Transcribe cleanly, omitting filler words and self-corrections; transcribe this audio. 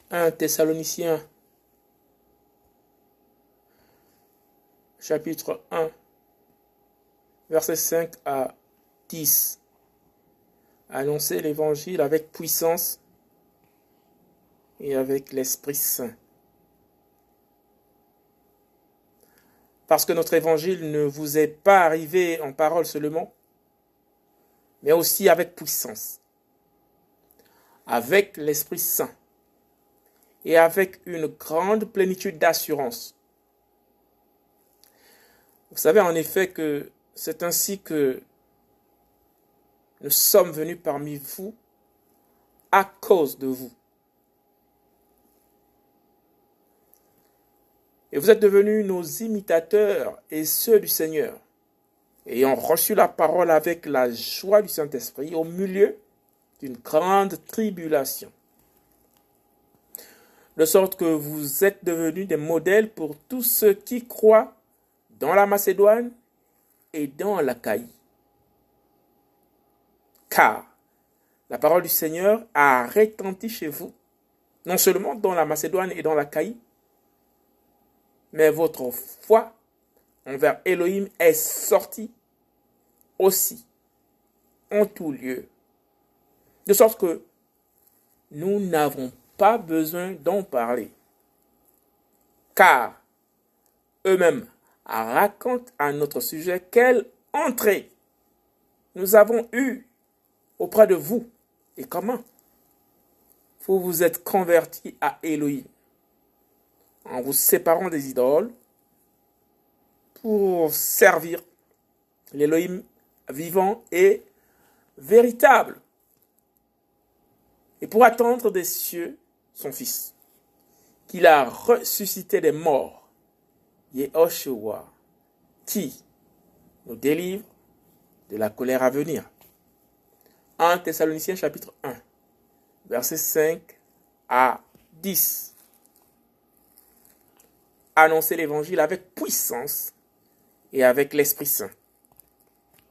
1 Thessaloniciens, chapitre 1, versets 5 à 10. Annoncer l'évangile avec puissance et avec l'Esprit Saint. Parce que notre évangile ne vous est pas arrivé en parole seulement, mais aussi avec puissance, avec l'Esprit Saint et avec une grande plénitude d'assurance. Vous savez en effet que c'est ainsi que nous sommes venus parmi vous à cause de vous. Et vous êtes devenus nos imitateurs et ceux du Seigneur, ayant reçu la parole avec la joie du Saint-Esprit au milieu d'une grande tribulation. De sorte que vous êtes devenus des modèles pour tous ceux qui croient dans la Macédoine et dans l'Achaïe. Car la parole du Seigneur a retenti chez vous, non seulement dans la Macédoine et dans l'Achaïe, mais votre foi envers Elohim est sortie aussi en tout lieu. De sorte que nous n'avons pas besoin d'en parler. Car eux-mêmes racontent à notre sujet quelle entrée nous avons eue auprès de vous et comment vous vous êtes convertis à Elohim en vous séparant des idoles pour servir l'Elohim vivant et véritable et pour attendre des cieux son Fils, qu'il a ressuscité des morts, Yehoshua, qui nous délivre de la colère à venir. 1 Thessaloniciens chapitre 1, versets 5 à 10. Annoncer l'évangile avec puissance et avec l'Esprit Saint.